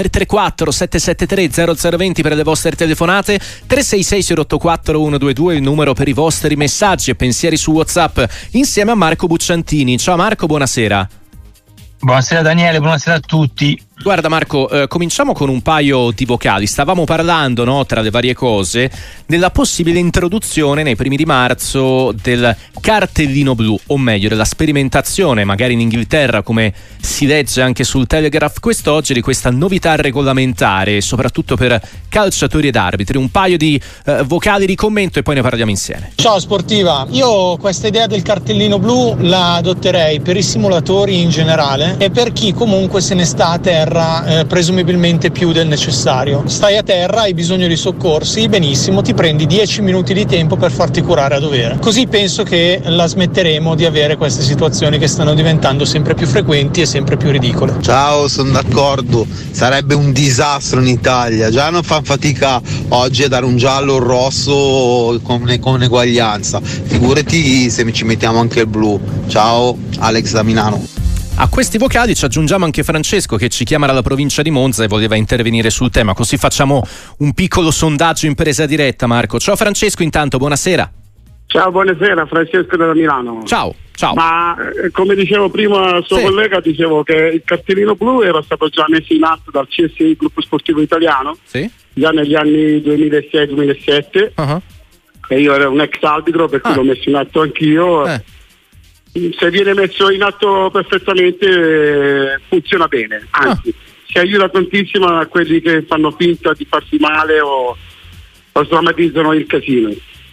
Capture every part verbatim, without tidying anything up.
tre tre quattro sette sette tre zero zero due zero per le vostre telefonate, tre sei sei zero otto quattro uno due due il numero per i vostri messaggi e pensieri su WhatsApp insieme a Marco Bucciantini. Ciao Marco, buonasera. Buonasera Daniele, buonasera a tutti. Guarda Marco, eh, cominciamo con un paio di vocali. Stavamo parlando, no, tra le varie cose, della possibile introduzione nei primi di marzo del cartellino blu, o meglio della sperimentazione, magari in Inghilterra, come si legge anche sul Telegraph quest'oggi, di questa novità regolamentare, soprattutto per calciatori ed arbitri. Un paio di eh, vocali di commento e poi ne parliamo insieme. Ciao Sportiva, io questa idea del cartellino blu la adotterei per i simulatori in generale e per chi comunque se ne sta a terra Eh, presumibilmente più del necessario. Stai a terra, hai bisogno di soccorsi, benissimo, ti prendi dieci minuti di tempo per farti curare a dovere. Così penso che la smetteremo di avere queste situazioni che stanno diventando sempre più frequenti e sempre più ridicole. Ciao, sono d'accordo, sarebbe un disastro in Italia, già non fa fatica oggi a dare un giallo o un rosso con, con eguaglianza, figurati se ci mettiamo anche il blu. Ciao, Alex da Milano. A questi vocali ci aggiungiamo anche Francesco, che ci chiama dalla provincia di Monza e voleva intervenire sul tema, così facciamo un piccolo sondaggio in presa diretta. Marco, ciao Francesco, intanto buonasera. Ciao, buonasera, Francesco da Milano. Ciao, ciao. Ma eh, come dicevo prima il suo sì. collega, dicevo che il cartellino blu era stato già messo in atto dal C S I, Gruppo Sportivo Italiano, sì. già negli anni duemilasei duemilasette, uh-huh. e io ero un ex arbitro, per cui ah. l'ho messo in atto anch'io. Eh. Se viene messo in atto perfettamente eh, funziona bene, anzi ah. si aiuta tantissimo a quelli che fanno finta di farsi male o, o sdrammatizzano il casino.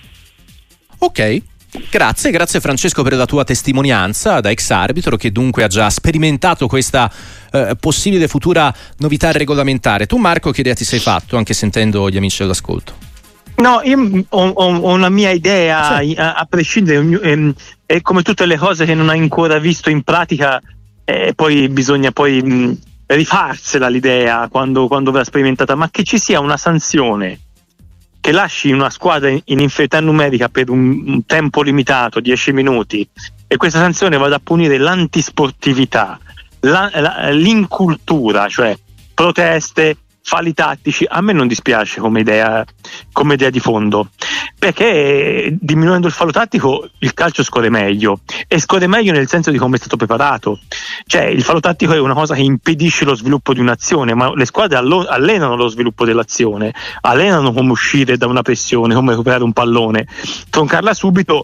Ok, grazie, grazie Francesco per la tua testimonianza da ex arbitro che dunque ha già sperimentato questa eh, possibile futura novità regolamentare. Tu Marco che idea ti sei fatto, anche sentendo gli amici all'ascolto? No, io ho, ho, ho una mia idea, sì. a, a prescindere, ehm, è come tutte le cose che non hai ancora visto in pratica, eh, poi bisogna poi mh, rifarsela l'idea quando, quando verrà sperimentata, ma che ci sia una sanzione che lasci una squadra in, in inferiorità numerica per un, un tempo limitato, dieci minuti, e questa sanzione vada a punire l'antisportività, la, la, l'incultura, cioè proteste, falli tattici, a me non dispiace come idea, come idea di fondo, perché diminuendo il fallo tattico il calcio scorre meglio, e scorre meglio nel senso di come è stato preparato. Cioè il fallo tattico è una cosa che impedisce lo sviluppo di un'azione, ma le squadre allo- allenano lo sviluppo dell'azione, allenano come uscire da una pressione, come recuperare un pallone, troncarla subito.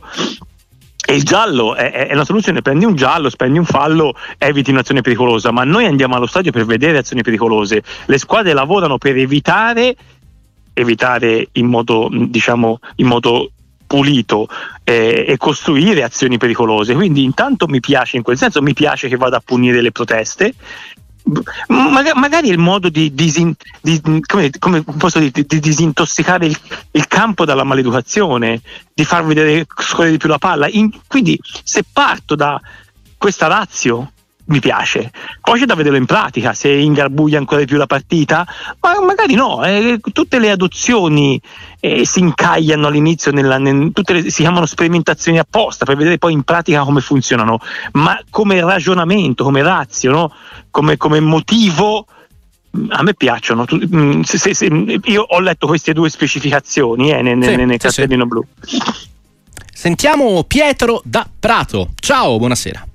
E il giallo è, è una soluzione: prendi un giallo, spendi un fallo, eviti un'azione pericolosa. Ma noi andiamo allo stadio per vedere azioni pericolose. Le squadre lavorano per evitare evitare in modo, diciamo, in modo pulito eh, e costruire azioni pericolose. Quindi intanto mi piace, in quel senso mi piace che vada a punire le proteste. Magari, magari è il modo di, disin, di, come, come posso dire, di, di disintossicare il, il campo dalla maleducazione, di far vedere scorrere di più la palla. In, quindi se parto da questa ratio mi piace, poi c'è da vederlo in pratica, se ingarbuglia ancora di più la partita, ma magari no, eh, tutte le adozioni eh, si incagliano all'inizio, nella, nel, tutte le, si chiamano sperimentazioni apposta per vedere poi in pratica come funzionano, ma come ragionamento, come razio, no? come, come motivo a me piacciono. Se, se, se, io ho letto queste due specificazioni eh, nel, sì, nel sì, cartellino sì. blu. Sentiamo Pietro da Prato. Ciao, buonasera.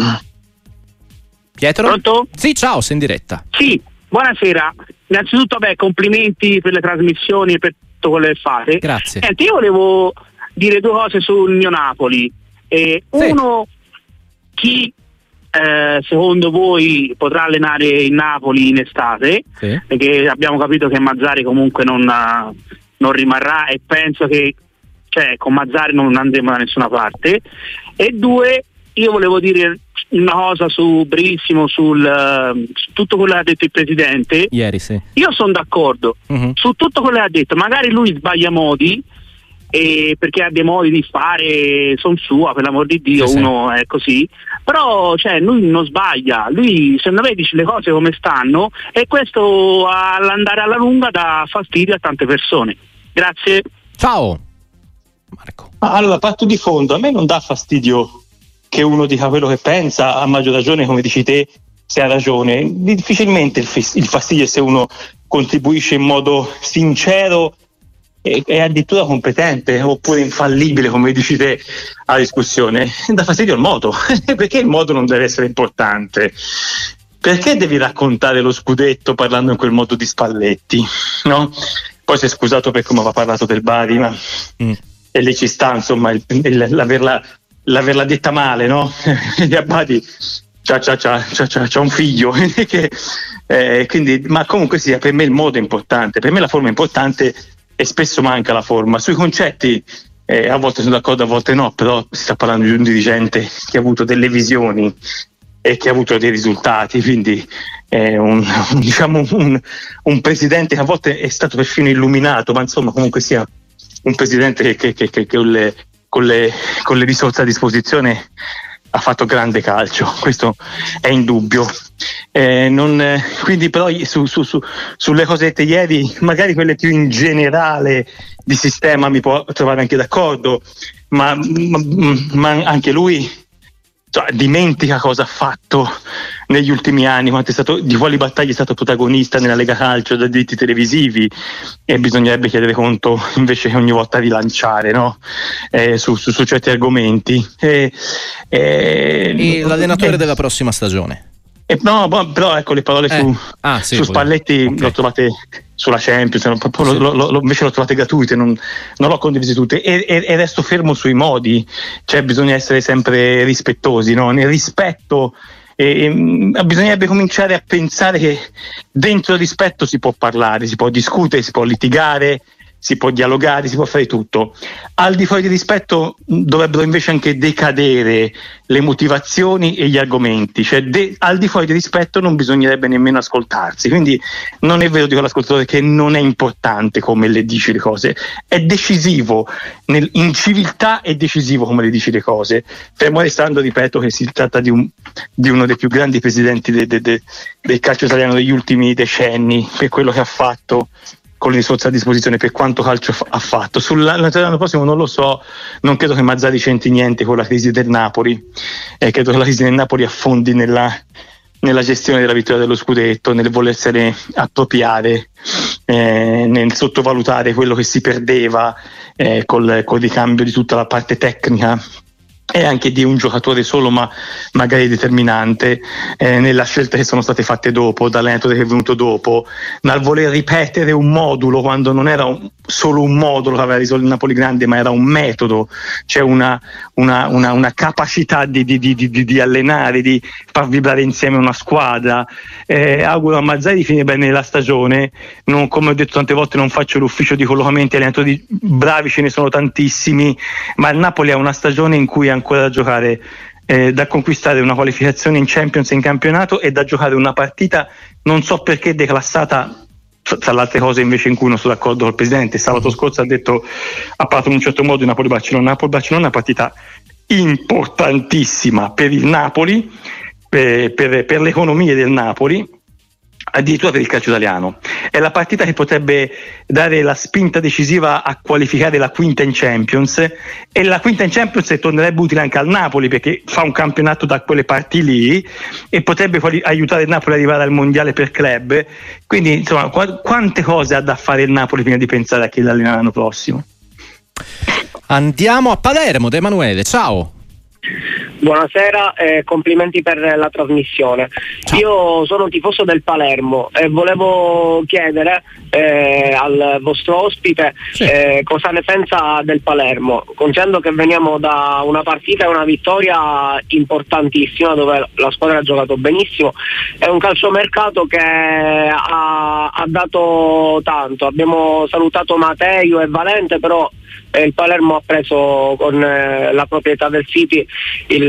Pietro? Pronto? Sì, ciao, sei in diretta. Sì, buonasera. Innanzitutto, beh, complimenti per le trasmissioni e per tutto quello che fate. Grazie. Senti, io volevo dire due cose sul mio Napoli. Eh, sì. Uno, chi eh, secondo voi potrà allenare il Napoli in estate? Sì. Perché abbiamo capito che Mazzari comunque non, non rimarrà, e penso che cioè, con Mazzari non andremo da nessuna parte. E due, io volevo dire una cosa su brevissimo sul uh, su tutto quello che ha detto il presidente ieri. Sì. Io sono d'accordo uh-huh. su tutto quello che ha detto. Magari lui sbaglia modi, eh, perché ha dei modi di fare, son sua, per l'amor di Dio, sì, uno sì. è così, però cioè lui non sbaglia, lui secondo me dice le cose come stanno, e questo all'andare alla lunga dà fastidio a tante persone. Grazie. Ciao Marco. Allora, parto di fondo, a me non dà fastidio che uno dica quello che pensa, a maggior ragione, come dici te, se ha ragione. Difficilmente il, fis- il fastidio è se uno contribuisce in modo sincero e, e addirittura competente oppure infallibile, come dici te, alla discussione. Dà fastidio il modo. Perché il modo non deve essere importante? Perché devi raccontare lo scudetto parlando in quel modo di Spalletti, no? Poi si è scusato per come aveva parlato del Bari, ma mm. e lì ci sta, insomma, il, il, l'averla, l'averla detta male, no? Di Abbati c'ha, c'ha, c'ha, c'ha, c'ha un figlio, che, eh, quindi, ma comunque sia, per me il modo è importante, per me la forma è importante e spesso manca la forma. Sui concetti eh, a volte sono d'accordo, a volte no, però si sta parlando di un dirigente che ha avuto delle visioni e che ha avuto dei risultati, quindi è un, un, diciamo un, un presidente che a volte è stato perfino illuminato, ma insomma comunque sia un presidente che, che, che, che con, le, con, le, con le risorse a disposizione ha fatto grande calcio, questo è indubbio. Eh, non, eh, quindi però su, su, su, sulle cose dette ieri, magari quelle più in generale di sistema mi può trovare anche d'accordo, ma, ma, ma anche lui cioè, dimentica cosa ha fatto negli ultimi anni, quanto è stato, di quali battaglie è stato protagonista nella Lega Calcio, da diritti televisivi, e bisognerebbe chiedere conto invece che ogni volta rilanciare, no? eh, su, su, su certi argomenti. E, e, e l'allenatore eh, della prossima stagione? Eh, no, però ecco le parole eh. su, ah, sì, su Spalletti okay. Le ho trovate sulla Champions, non, sì. lo, lo, invece le ho trovate gratuite, non, non l'ho condivise tutte e, e, e resto fermo sui modi, cioè bisogna essere sempre rispettosi, no? Nel rispetto e, e, bisognerebbe cominciare a pensare che dentro il rispetto si può parlare, si può discutere, si può litigare, si può dialogare, si può fare tutto. Al di fuori di rispetto dovrebbero invece anche decadere le motivazioni e gli argomenti, cioè de- al di fuori di rispetto non bisognerebbe nemmeno ascoltarsi, quindi non è vero, dico all'ascoltatore, che non è importante come le dici le cose, è decisivo, nel, in civiltà è decisivo come le dici le cose, fermo restando, ripeto, che si tratta di, un, di uno dei più grandi presidenti de- de- de- del calcio italiano degli ultimi decenni, per quello che ha fatto con le risorse a disposizione, per quanto calcio f- ha fatto. Sull'anno prossimo non lo so, non credo che Mazzarri c'entri niente con la crisi del Napoli, eh, credo che la crisi del Napoli affondi nella, nella gestione della vittoria dello scudetto, nel volersene appropriare, eh, nel sottovalutare quello che si perdeva eh, col, col ricambio di tutta la parte tecnica e anche di un giocatore solo ma magari determinante eh, nella scelte che sono state fatte dopo, dall'allenatore che è venuto dopo, nel voler ripetere un modulo quando non era un, solo un modulo che aveva risolto il Napoli grande, ma era un metodo, cioè una, una, una, una capacità di, di, di, di, di allenare, di far vibrare insieme una squadra. Eh, auguro a Mazzarri di finire bene la stagione, non, come ho detto tante volte non faccio l'ufficio di collocamenti, allenatori bravi ce ne sono tantissimi, ma il Napoli ha una stagione in cui ancora da giocare, eh, da conquistare una qualificazione in Champions e in campionato e da giocare una partita non so perché declassata, tra le altre cose invece in cui non sono d'accordo col presidente. Sabato scorso ha detto, ha parlato in un certo modo di Napoli-Barcellona. Napoli-Barcellona è una partita importantissima per il Napoli, per, per, per le economie del Napoli, addirittura per il calcio italiano. È la partita che potrebbe dare la spinta decisiva a qualificare la quinta in Champions, e la quinta in Champions tornerebbe utile anche al Napoli perché fa un campionato da quelle parti lì e potrebbe quali- aiutare il Napoli ad arrivare al mondiale per club. Quindi insomma qu- quante cose ha da fare il Napoli prima di pensare a chi l'allenare l'anno prossimo. Andiamo a Palermo da Emanuele, ciao. Buonasera e eh, complimenti per la trasmissione. Ciao. Io sono tifoso del Palermo e volevo chiedere eh, al vostro ospite sì. eh, cosa ne pensa del Palermo, considerando che veniamo da una partita e una vittoria importantissima dove la squadra ha giocato benissimo. È un calciomercato che ha, ha dato tanto, abbiamo salutato Matteo e Valente, però il Palermo ha preso con eh, la proprietà del City il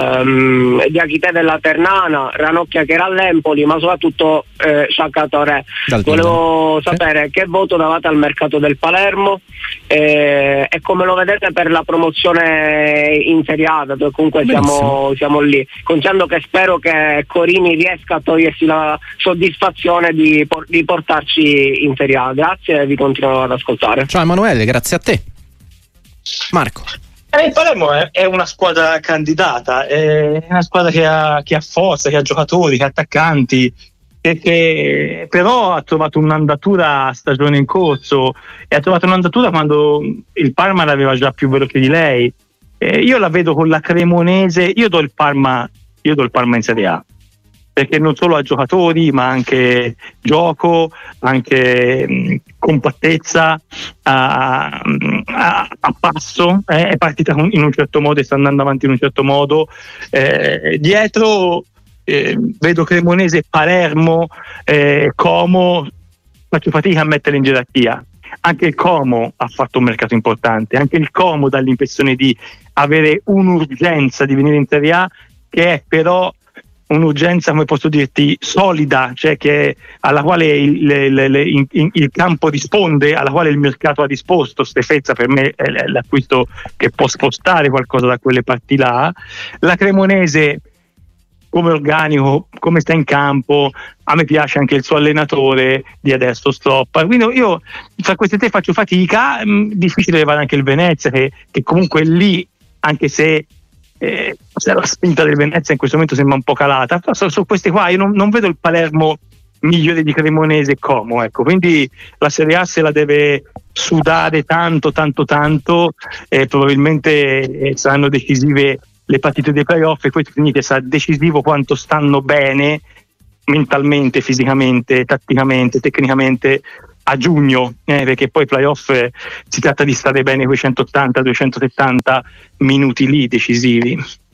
um, Diachite della Ternana, Ranocchia che era all'Empoli, ma soprattutto eh, Sciacca Torre. Volevo sapere sì. che voto davate al mercato del Palermo eh, e come lo vedete per la promozione in Serie A, dove comunque siamo, siamo lì, considerando che spero che Corini riesca a togliersi la soddisfazione di, por- di portarci in Serie A. Grazie e vi continuo ad ascoltare. Ciao Emanuele, grazie a te. Marco. Eh, il Palermo è, è una squadra candidata, è una squadra che ha, che ha forza, che ha giocatori, che ha attaccanti, che, che però ha trovato un'andatura a stagione in corso e ha trovato un'andatura quando il Parma l'aveva già più veloce di lei. Eh, io la vedo con la Cremonese, io do il Parma, io do il Parma in Serie A, perché non solo ha giocatori ma anche gioco, anche mh, compattezza, a, a, a passo, eh, è partita in un certo modo e sta andando avanti in un certo modo, eh, dietro eh, vedo Cremonese e Palermo, eh, Como, faccio fatica a mettere in gerarchia. Anche il Como ha fatto un mercato importante, anche il Como dà l'impressione di avere un'urgenza di venire in Serie A, che è però un'urgenza, come posso dirti, solida, cioè che alla quale il, le, le, il, il campo risponde, alla quale il mercato ha risposto. Stefezza per me è l'acquisto che può spostare qualcosa da quelle parti là. La Cremonese come organico, come sta in campo, a me piace anche il suo allenatore di adesso Stroppa, quindi io tra queste tre faccio fatica. Mh, difficile levare anche il Venezia che, che comunque è lì, anche se Eh, la spinta del Venezia in questo momento sembra un po' calata. Però su, su queste qua io non, non vedo il Palermo migliore di Cremonese e Como, ecco. Quindi la Serie A se la deve sudare tanto tanto tanto, eh, probabilmente eh, saranno decisive le partite dei playoff, e questo significa che sarà decisivo quanto stanno bene mentalmente, fisicamente, tatticamente, tecnicamente a giugno, eh, perché poi playoff eh, si tratta di stare bene quei centottanta duecentosettanta minuti lì decisivi.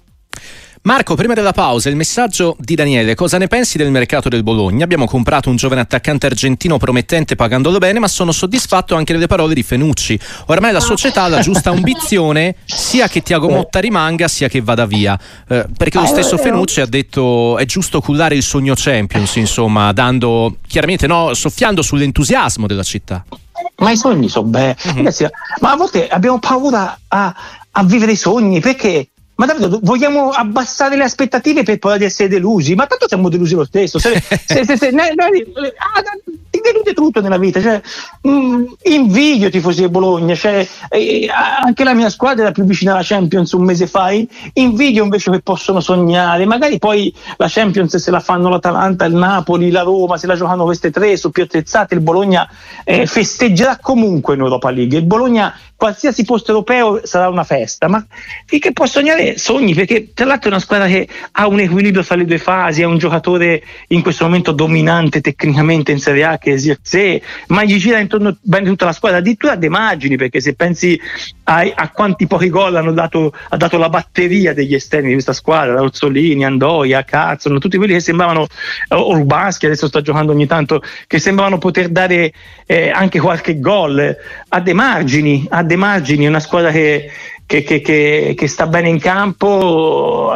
Marco, prima della pausa il messaggio di Daniele: cosa ne pensi del mercato del Bologna? Abbiamo comprato un giovane attaccante argentino promettente pagandolo bene, ma sono soddisfatto anche delle parole di Fenucci. Ormai la società ha la giusta ambizione sia che Thiago Motta rimanga sia che vada via, eh, perché lo stesso Fenucci ha detto è giusto cullare il sogno Champions, insomma, dando chiaramente, no, soffiando sull'entusiasmo della città. Ma i sogni sono belli, uh-huh. Ma a volte abbiamo paura a, a vivere i sogni, perché ma davvero vogliamo abbassare le aspettative per poi essere delusi? Ma tanto siamo delusi lo stesso. Se, se, se, se, ne, ne, ah, ti delude tutto nella vita. Cioè, mh, invidio i tifosi di Bologna. Cioè, eh, anche la mia squadra era più vicina alla Champions un mese fa. Invidio invece che possono sognare. Magari poi la Champions se la fanno l'Atalanta, il Napoli, la Roma, se la giocano queste tre, sono più attrezzate. Il Bologna eh, festeggerà comunque in Europa League. Il Bologna, qualsiasi posto europeo, sarà una festa. Ma finché può sognare, sogni, perché tra l'altro è una squadra che ha un equilibrio fra le due fasi, è un giocatore in questo momento dominante tecnicamente in Serie A che è Zirkzee, ma gli gira intorno bene tutta la squadra, addirittura De Magini, perché se pensi a, a quanti pochi gol hanno dato, ha dato la batteria degli esterni di questa squadra, Rozzolini, Andoia, Cazzano, tutti quelli che sembravano, Urbanski adesso sta giocando ogni tanto, che sembravano poter dare eh, anche qualche gol. A De Magini, a De Magini, una squadra che Che, che, che, che sta bene in campo,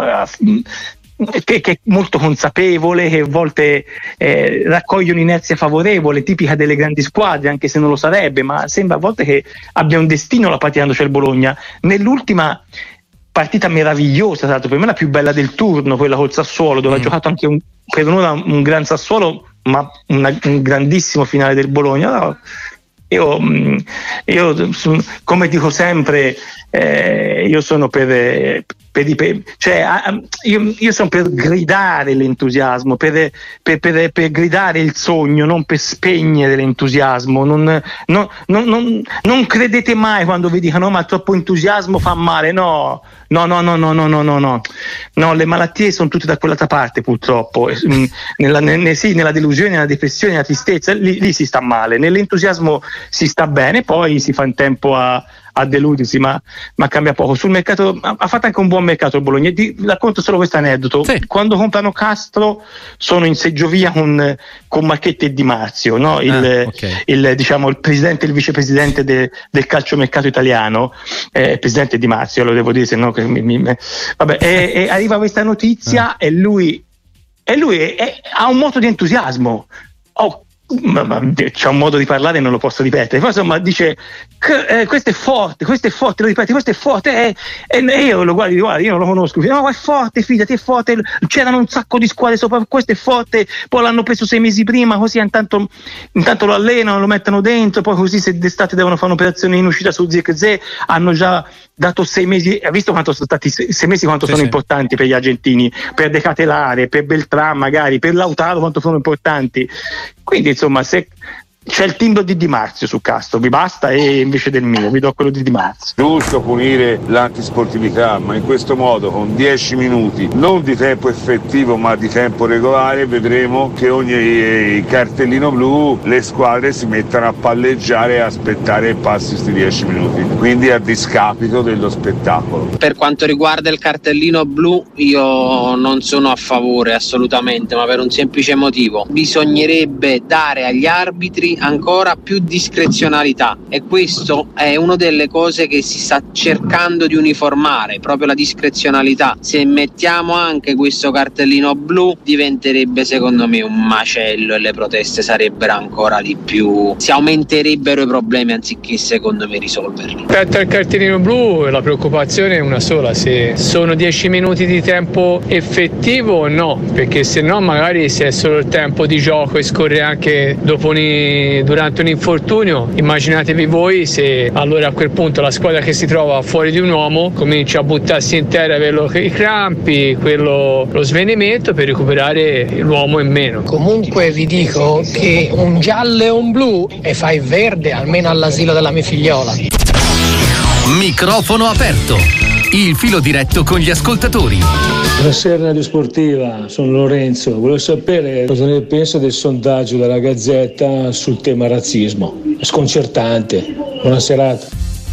che, che è molto consapevole, che a volte eh, raccoglie un'inerzia favorevole, tipica delle grandi squadre, anche se non lo sarebbe, ma sembra a volte che abbia un destino la partita quando c'è il Bologna. Nell'ultima partita meravigliosa, tra l'altro, per me la più bella del turno, quella col Sassuolo, dove mm. ha giocato anche un, per un'ora un gran Sassuolo, ma una, un grandissimo finale del Bologna. No? Io, io, come dico sempre, eh, io sono per, per, per cioè, io, io sono per gridare l'entusiasmo, per, per, per, per gridare il sogno, non per spegnere l'entusiasmo. Non, non, non, non, non credete mai quando vi dicono no, ma troppo entusiasmo fa male. No, no, no, no, no, no, no, no, no. No, le malattie sono tutte da quell'altra parte, purtroppo. Nella, ne, sì, nella delusione, nella depressione, nella tristezza, lì, lì si sta male. Nell'entusiasmo si sta bene, poi si fa in tempo a, a deludersi, ma, ma cambia poco. Sul mercato ha, ha fatto anche un buon mercato il Bologna. Ti racconto solo questo aneddoto. Sì. Quando comprano Castro sono in seggiovia con, con Marchetti e Di Marzio, no? il, ah, okay. il, diciamo, il presidente e il vicepresidente de, del calciomercato italiano, eh, presidente Di Marzio, lo devo dire, se no che mi, mi, vabbè, e, e arriva questa notizia ah. e lui, e lui è, è, ha un moto di entusiasmo. Oh, Ma, ma, c'è un modo di parlare, non lo posso ripetere, però insomma dice Eh, questo è forte, questo è forte, lo ripeti, questo è forte, e eh, io lo guardo, guarda, io non lo conosco, no, è forte, fidati, è forte, c'erano un sacco di squadre sopra, questo è forte, poi l'hanno preso sei mesi prima, così intanto, intanto lo allenano, lo mettono dentro, poi così se d'estate devono fare un'operazione in uscita su Zirkzee, hanno già dato sei mesi, hai visto quanto sono stati sei mesi, quanto sì, sono sì. importanti per gli argentini, per De Catelare, per Beltrán magari, per Lautaro quanto sono importanti, quindi insomma se c'è il timbro di Di Marzio su Castro, vi basta, e invece del mio vi do quello di Di Marzio. Giusto punire l'antisportività, ma in questo modo con dieci minuti non di tempo effettivo ma di tempo regolare vedremo che ogni cartellino blu le squadre si mettano a palleggiare e aspettare e passi questi dieci minuti, quindi a discapito dello spettacolo. Per quanto riguarda il cartellino blu io non sono a favore assolutamente, ma per un semplice motivo: bisognerebbe dare agli arbitri ancora più discrezionalità, e questo è una delle cose che si sta cercando di uniformare, proprio la discrezionalità. Se mettiamo anche questo cartellino blu diventerebbe secondo me un macello e le proteste sarebbero ancora di più, si aumenterebbero i problemi anziché secondo me risolverli. Rispetto al cartellino blu la preoccupazione è una sola: se sono dieci minuti di tempo effettivo o no, perché se no magari se è solo il tempo di gioco e scorre anche dopo un durante un infortunio, immaginatevi voi se allora a quel punto la squadra che si trova fuori di un uomo comincia a buttarsi in terra per i crampi, quello, lo svenimento, per recuperare l'uomo in meno. Comunque vi dico che un giallo e un blu e fai verde almeno all'asilo della mia figliola. Microfono aperto, il filo diretto con gli ascoltatori. Buonasera Radio Sportiva, sono Lorenzo. Volevo sapere cosa ne pensa del sondaggio della Gazzetta sul tema razzismo. È sconcertante. Buona serata.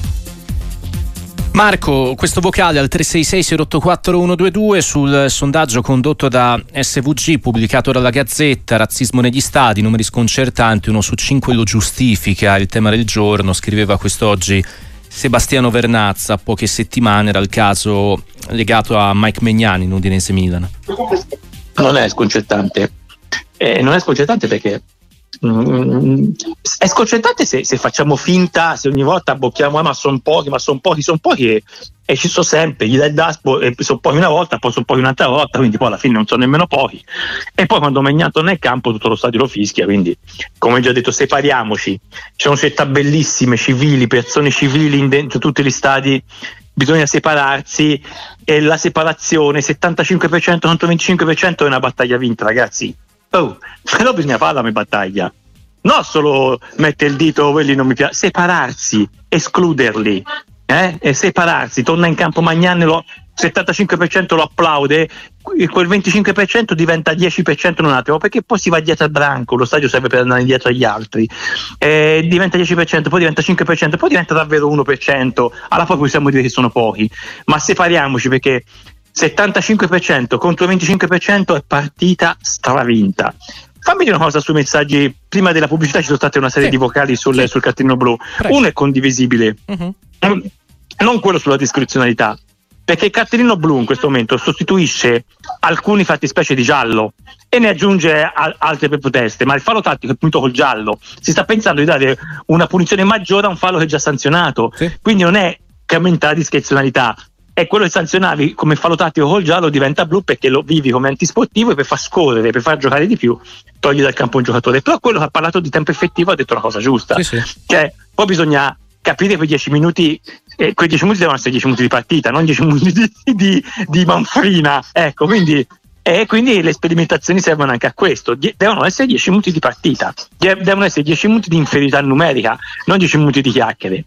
Marco, questo vocale al tre sei sei zero otto quattro uno due due sul sondaggio condotto da S V G, pubblicato dalla Gazzetta, razzismo negli stadi, numeri sconcertanti, uno su cinque lo giustifica, il tema del giorno, scriveva quest'oggi Sebastiano Vernazza. A poche settimane era il caso legato a Mike Maignan in Udinese Milan. Non è sconcertante, eh, non è sconcertante perché mm, è sconcertante se, se facciamo finta, se ogni volta abbocchiamo, eh, ma sono pochi, ma sono pochi, sono pochi e, e ci sono sempre, gli dai il daspo e sono pochi una volta, poi sono pochi un'altra volta, quindi poi alla fine non sono nemmeno pochi, e poi quando Maignan torna nel campo tutto lo stadio lo fischia, quindi come già detto separiamoci, ci sono città bellissime, civili, persone civili in dentro tutti gli stadi, bisogna separarsi, e la separazione settantacinque per cento contro venticinque per cento è una battaglia vinta, ragazzi. Oh, però bisogna farla come battaglia, non solo mettere il dito, quelli non mi piace, separarsi, escluderli, eh? E separarsi, torna in campo Maignan, lo settantacinque per cento lo applaude, quel venticinque per cento diventa dieci per cento in un attimo, perché poi si va dietro al branco, lo stadio serve per andare dietro agli altri, eh, diventa dieci per cento, poi diventa cinque per cento, poi diventa davvero uno per cento, alla poi possiamo dire che sono pochi, ma separiamoci, perché settantacinque per cento contro venticinque per cento è partita stravinta. Fammi dire una cosa sui messaggi. Prima della pubblicità ci sono state una serie sì. di vocali sul, sì. sul cartellino blu. Prego. Uno è condivisibile, uh-huh. non quello sulla discrezionalità, perché il cartellino blu in questo momento sostituisce alcuni fattispecie di giallo e ne aggiunge a- altre per proteste, ma il fallo tattico è punto col giallo. Si sta pensando di dare una punizione maggiore a un fallo che è già sanzionato, sì. quindi non è che aumenta la discrezionalità, è quello che sanzionavi come fallo tattico col giallo diventa blu perché lo vivi come antisportivo e per far scorrere, per far giocare di più togli dal campo un giocatore. Però quello che ha parlato di tempo effettivo ha detto una cosa giusta, sì, sì. Cioè poi bisogna capire quei dieci minuti, eh, quei dieci minuti devono essere dieci minuti di partita, non dieci minuti di, di, di manfrina, ecco, quindi e quindi le sperimentazioni servono anche a questo, Die- devono essere dieci minuti di partita, Die- devono essere dieci minuti di inferiorità numerica, non dieci minuti di chiacchiere.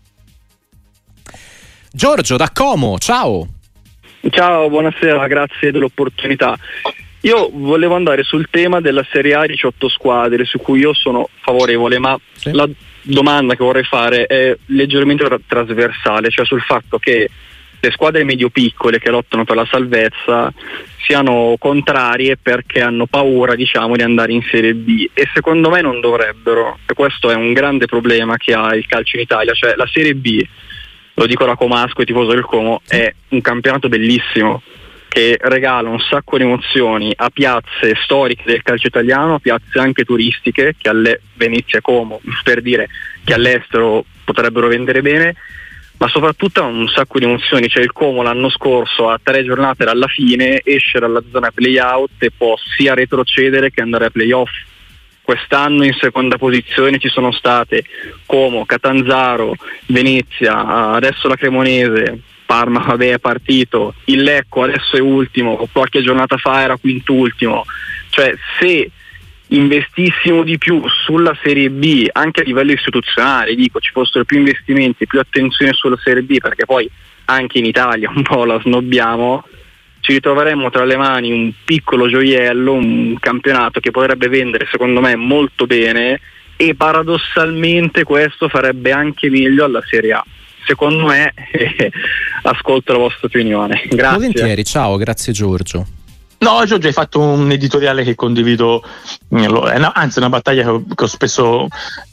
Giorgio da Como, ciao. Ciao, buonasera, grazie dell'opportunità. Io volevo andare sul tema della Serie A diciotto squadre, su cui io sono favorevole, ma sì. la domanda che vorrei fare è leggermente tra- trasversale, cioè sul fatto che le squadre medio-piccole che lottano per la salvezza siano contrarie perché hanno paura, diciamo, di andare in Serie B, e secondo me non dovrebbero, e questo è un grande problema che ha il calcio in Italia, cioè la Serie B, lo dico da comasco e tifoso del Como, è un campionato bellissimo che regala un sacco di emozioni a piazze storiche del calcio italiano, a piazze anche turistiche, che alle Venezia e Como, per dire, che all'estero potrebbero vendere bene, ma soprattutto ha un sacco di emozioni. Cioè il Como l'anno scorso a tre giornate dalla fine esce dalla zona playout e può sia retrocedere che andare a playoff. Quest'anno in seconda posizione ci sono state Como, Catanzaro, Venezia, adesso la Cremonese, Parma vabbè è partito, il Lecco adesso è ultimo, qualche giornata fa era quintultimo. Cioè se investissimo di più sulla Serie B anche a livello istituzionale, dico ci fossero più investimenti, più attenzione sulla Serie B, perché poi anche in Italia un po' la snobbiamo, ci ritroveremmo tra le mani un piccolo gioiello, un campionato che potrebbe vendere secondo me molto bene, e paradossalmente questo farebbe anche meglio alla Serie A. Secondo me, eh, ascolto la vostra opinione. Grazie. Volentieri, ciao, grazie Giorgio. No, Giorgio, hai fatto un editoriale che condivido, anzi è una battaglia che ho, che ho spesso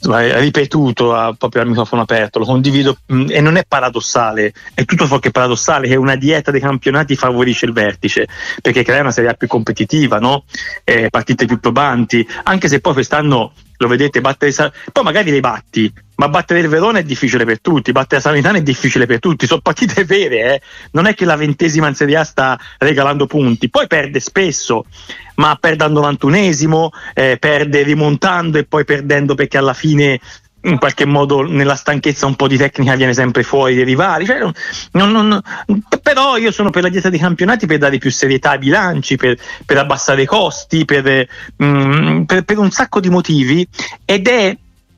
ripetuto a, proprio al microfono aperto, lo condivido, e non è paradossale, è tutto fuorché paradossale che una dieta dei campionati favorisce il vertice, perché crea una Serie A più competitiva, no? Eh, partite più probanti, anche se poi quest'anno lo vedete battere, poi magari le batti, ma battere il Verona è difficile per tutti, battere la Salernitana è difficile per tutti, sono partite vere, eh? Non è che la ventesima in Serie A sta regalando punti, poi perde spesso, ma perde al novantunesimo, eh, perde rimontando e poi perdendo perché alla fine in qualche modo nella stanchezza un po' di tecnica viene sempre fuori dei rivali, cioè, non, non, però io sono per la dieta dei campionati per dare più serietà ai bilanci, per, per abbassare i costi, per, mm, per, per un sacco di motivi, ed è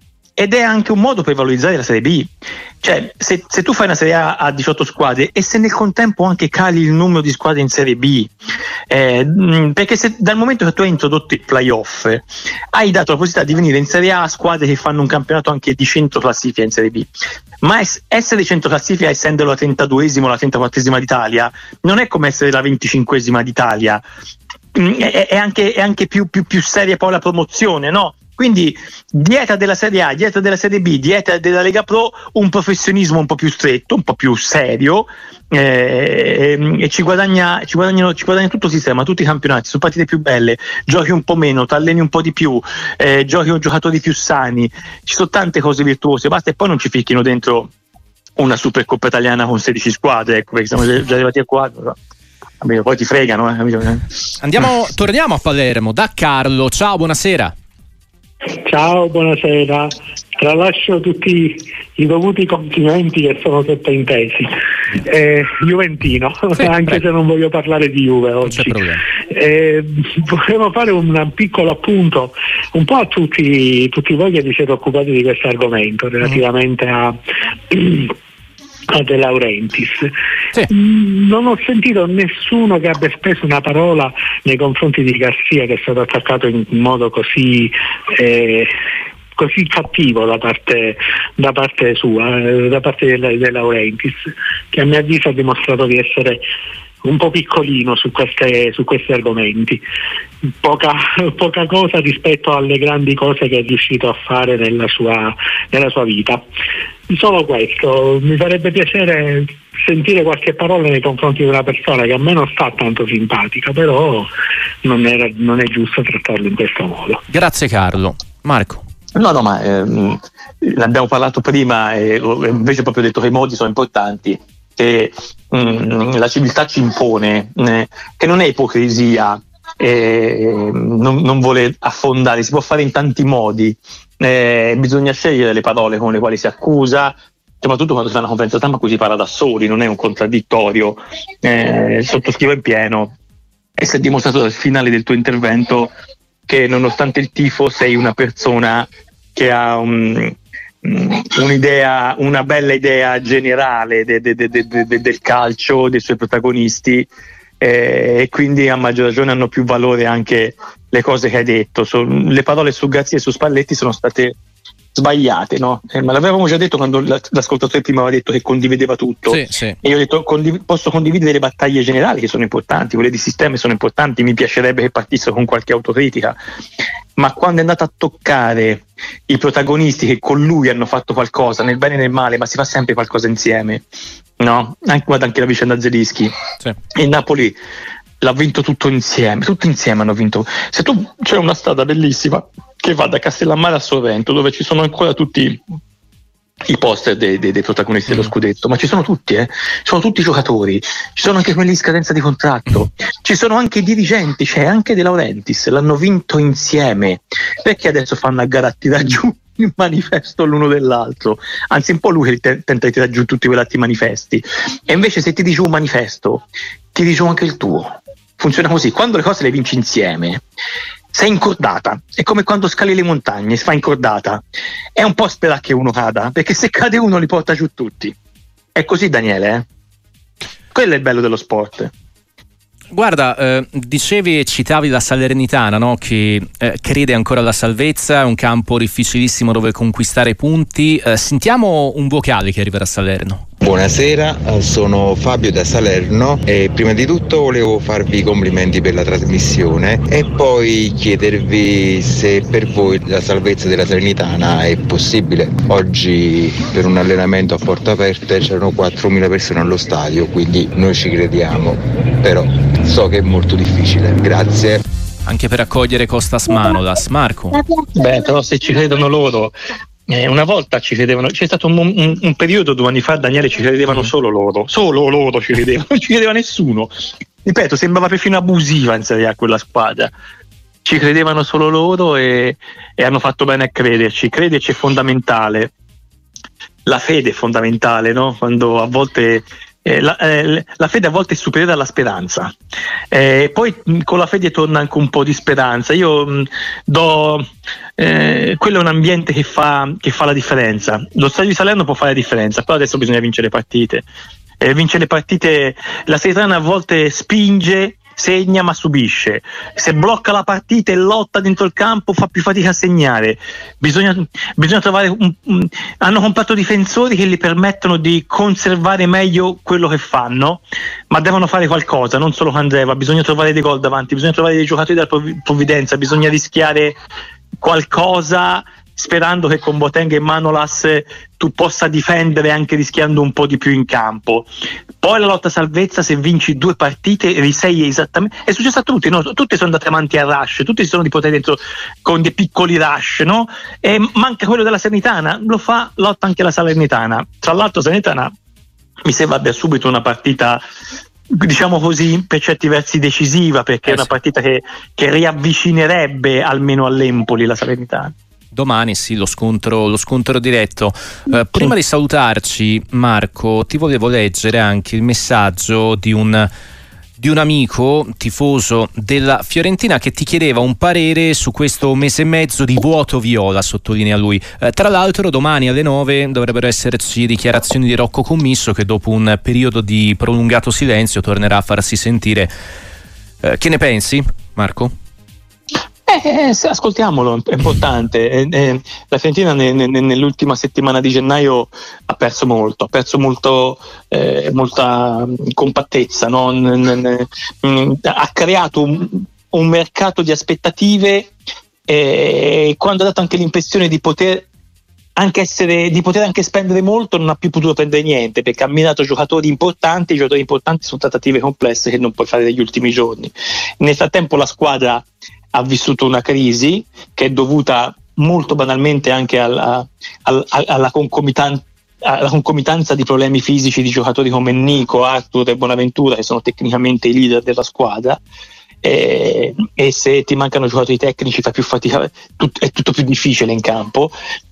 ed è anche un modo per valorizzare la Serie B. Cioè se, se tu fai una Serie A a diciotto squadre e se nel contempo anche cali il numero di squadre in Serie B, eh, perché se dal momento che tu hai introdotto i playoff hai dato la possibilità di venire in Serie A a squadre che fanno un campionato anche di centro classifica in Serie B, ma es- essere centro classifica essendo la trentaduesima o la trentaquattresima d'Italia non è come essere la venticinquesima d'Italia, è, è anche, è anche più, più, più seria poi la promozione, no? Quindi dieta della Serie A, dieta della Serie B, dieta della Lega Pro, un professionismo un po' più stretto, un po' più serio, eh, e, e ci guadagna, ci guadagnano, ci guadagna tutto il sistema, tutti i campionati, sono partite più belle, giochi un po' meno, t'alleni un po' di più, eh, giochi con giocatori più sani, ci sono tante cose virtuose, basta, e poi non ci ficchino dentro una Supercoppa italiana con sedici squadre, ecco, perché siamo già arrivati a quattro. Vabbè, poi ti fregano, eh. Andiamo, torniamo a Palermo da Carlo. Ciao, buonasera. Ciao, buonasera. Tralascio tutti i dovuti complimenti che sono sottointesi. Eh, Juventino, sì, anche prego. Se non voglio parlare di Juve oggi. Eh, volevo fare un piccolo appunto un po' a tutti, tutti voi che vi siete occupati di questo argomento relativamente a a De Laurentiis. Sì. Non ho sentito nessuno che abbia speso una parola nei confronti di Garcia, che è stato attaccato in modo così eh, così cattivo da parte, da parte sua, eh, da parte De, De Laurentiis, che a mio avviso ha dimostrato di essere un po' piccolino su, queste, su questi argomenti, poca, poca cosa rispetto alle grandi cose che è riuscito a fare nella sua, nella sua vita. Solo questo, mi farebbe piacere sentire qualche parola nei confronti di una persona che a me non sta tanto simpatica, però non, era, non è giusto trattarlo in questo modo. Grazie Carlo. Marco. No, no, ma ehm, ne abbiamo parlato prima e invece proprio detto che i modi sono importanti, che mh, la civiltà ci impone, eh, che non è ipocrisia, eh, non, non vuole affondare, si può fare in tanti modi, eh, bisogna scegliere le parole con le quali si accusa, soprattutto quando si fa una conferenza stampa a cui si parla da soli, non è un contraddittorio, eh, sottoscrivo in pieno, e si è dimostrato dal finale del tuo intervento che nonostante il tifo sei una persona che ha un, un'idea, una bella idea generale de, de, de, de, de, del calcio, dei suoi protagonisti, eh, e quindi a maggior ragione hanno più valore anche le cose che hai detto. So, le parole su Garzia e su Spalletti sono state sbagliate, no? Eh, ma l'avevamo già detto quando l'ascoltatore prima aveva detto che condivideva tutto, sì, sì. E io ho detto condiv- posso condividere le battaglie generali che sono importanti, quelle di sistema sono importanti, mi piacerebbe che partissero con qualche autocritica, ma quando è andato a toccare i protagonisti che con lui hanno fatto qualcosa nel bene e nel male, ma si fa sempre qualcosa insieme, no? Anche, guarda anche la vicenda Zelinski, sì. E Napoli l'ha vinto tutto insieme, tutti insieme hanno vinto. Se tu c'è una strada bellissima che va da Castellammare a Sorrento, dove ci sono ancora tutti i poster dei, dei, dei protagonisti mm. dello scudetto, ma ci sono tutti, eh? Ci sono tutti i giocatori, ci sono anche quelli in scadenza di contratto, ci sono anche i dirigenti, c'è anche De Laurentiis, l'hanno vinto insieme, perché adesso fanno a gara a tirare giù il manifesto l'uno dell'altro, anzi un po' lui che t- tenta di tirare giù tutti quegli altri manifesti, e invece se tiri giù un manifesto tiri giù anche il tuo. Funziona così, quando le cose le vinci insieme sei incordata, è come quando scali le montagne, si fa incordata, è un po' sperare che uno cada, perché se cade uno li porta giù tutti. È così, Daniele, eh? Quello è il bello dello sport. Guarda, eh, dicevi e citavi la Salernitana, no? Che eh, crede ancora alla salvezza, è un campo difficilissimo dove conquistare punti. Eh, sentiamo un vocale che arriverà a Salerno. Buonasera, sono Fabio da Salerno e prima di tutto volevo farvi i complimenti per la trasmissione e poi chiedervi se per voi la salvezza della Salernitana è possibile. Oggi per un allenamento a porte aperte c'erano quattromila persone allo stadio, quindi noi ci crediamo, però so che è molto difficile. Grazie. Anche per accogliere Costas Manolas. Marco? Beh, però se ci credono loro. Eh, una volta ci credevano, c'è stato un, un, un periodo due anni fa, Daniele, ci credevano solo loro, solo loro ci credevano, non ci credeva nessuno. Ripeto, sembrava perfino abusiva in Serie A quella squadra. Ci credevano solo loro e, e hanno fatto bene a crederci. Crederci è fondamentale. La fede è fondamentale, no? Quando a volte eh, la, eh, la fede a volte è superiore alla speranza. Eh, poi mh, con la fede torna anche un po' di speranza. Io mh, do eh, quello è un ambiente che fa, che fa la differenza. Lo stadio di Salerno può fare la differenza, però adesso bisogna vincere le partite. Eh, vincere le partite, la Salernitana a volte spinge, segna ma subisce, se blocca la partita e lotta dentro il campo fa più fatica a segnare. Bisogna, bisogna trovare un, un, hanno comprato difensori che gli permettono di conservare meglio quello che fanno, ma devono fare qualcosa, non solo Candreva. Bisogna trovare dei gol davanti, bisogna trovare dei giocatori della provvidenza, bisogna rischiare qualcosa sperando che con Boateng e Manolas tu possa difendere anche rischiando un po' di più in campo. Poi la lotta salvezza, se vinci due partite risei esattamente, è successo a tutti, no? Tutti sono andati avanti a rush, tutti si sono riportati dentro con dei piccoli rush, no? E manca quello della Salernitana, lo fa, lotta anche la Salernitana. Tra l'altro Salernitana mi sembra abbia subito una partita, diciamo così, per certi versi decisiva, perché eh è una sì. partita che, che riavvicinerebbe almeno all'Empoli la Salernitana. Domani sì, lo scontro, lo scontro diretto. Eh, prima di salutarci, Marco, ti volevo leggere anche il messaggio di un, di un amico tifoso della Fiorentina che ti chiedeva un parere su questo mese e mezzo di vuoto viola, sottolinea lui. Eh, tra l'altro domani alle nove dovrebbero esserci dichiarazioni di Rocco Commisso, che dopo un periodo di prolungato silenzio tornerà a farsi sentire. Eh, che ne pensi, Marco? Eh, eh, ascoltiamolo, è importante. Eh, eh, la Fiorentina ne, ne, nell'ultima settimana di gennaio ha perso molto, ha perso molto, eh, molta compattezza, no? ne, ne, ne, ha creato un, un mercato di aspettative e quando ha dato anche l'impressione di poter anche essere, di poter anche spendere molto, non ha più potuto prendere niente, perché ha minato giocatori importanti. I giocatori importanti sono trattative complesse che non puoi fare negli ultimi giorni. Nel frattempo la squadra ha vissuto una crisi che è dovuta molto banalmente anche alla, alla, alla, concomitan- alla concomitanza di problemi fisici di giocatori come Nico, Arthur e Bonaventura, che sono tecnicamente i leader della squadra, e, e se ti mancano giocatori tecnici fa più fatica, tut- è tutto più difficile in campo.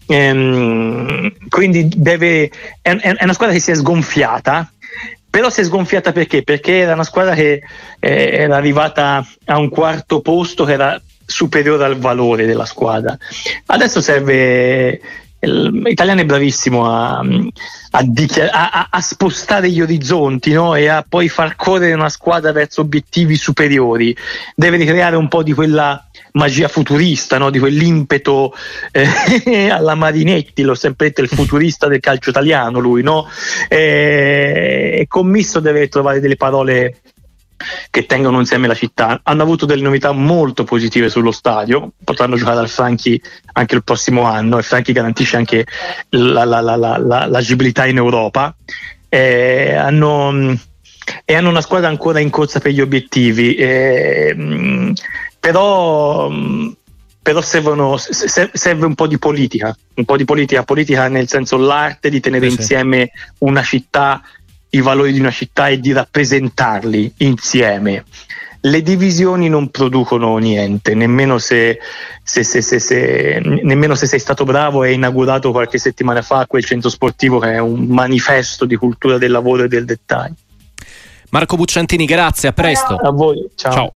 Ehm, quindi deve, è, è una squadra che si è sgonfiata. Però si è sgonfiata perché? Perché era una squadra che eh, era arrivata a un quarto posto che era superiore al valore della squadra. Adesso serve, l'italiano è bravissimo a, a, dichiar- a, a spostare gli orizzonti, no? E a poi far correre una squadra verso obiettivi superiori. Deve ricreare un po' di quella magia futurista, no? Di quell'impeto eh, alla Marinetti, l'ho sempre detto, il futurista del calcio italiano lui, no? E Commisso deve trovare delle parole che tengano insieme la città. Hanno avuto delle novità molto positive sullo stadio, potranno giocare al Franchi anche il prossimo anno e Franchi garantisce anche la, la, la, la, la, l'agibilità in Europa. E hanno, e hanno una squadra ancora in corsa per gli obiettivi. E, però però servono, serve un po' di politica, un po' di politica, politica nel senso l'arte di tenere sì, insieme una città, i valori di una città e di rappresentarli insieme. Le divisioni non producono niente, nemmeno se, se, se, se, se, nemmeno se sei stato bravo e hai inaugurato qualche settimana fa quel centro sportivo che è un manifesto di cultura del lavoro e del dettaglio. Marco Bucciantini, grazie, a presto. A voi, ciao. Ciao.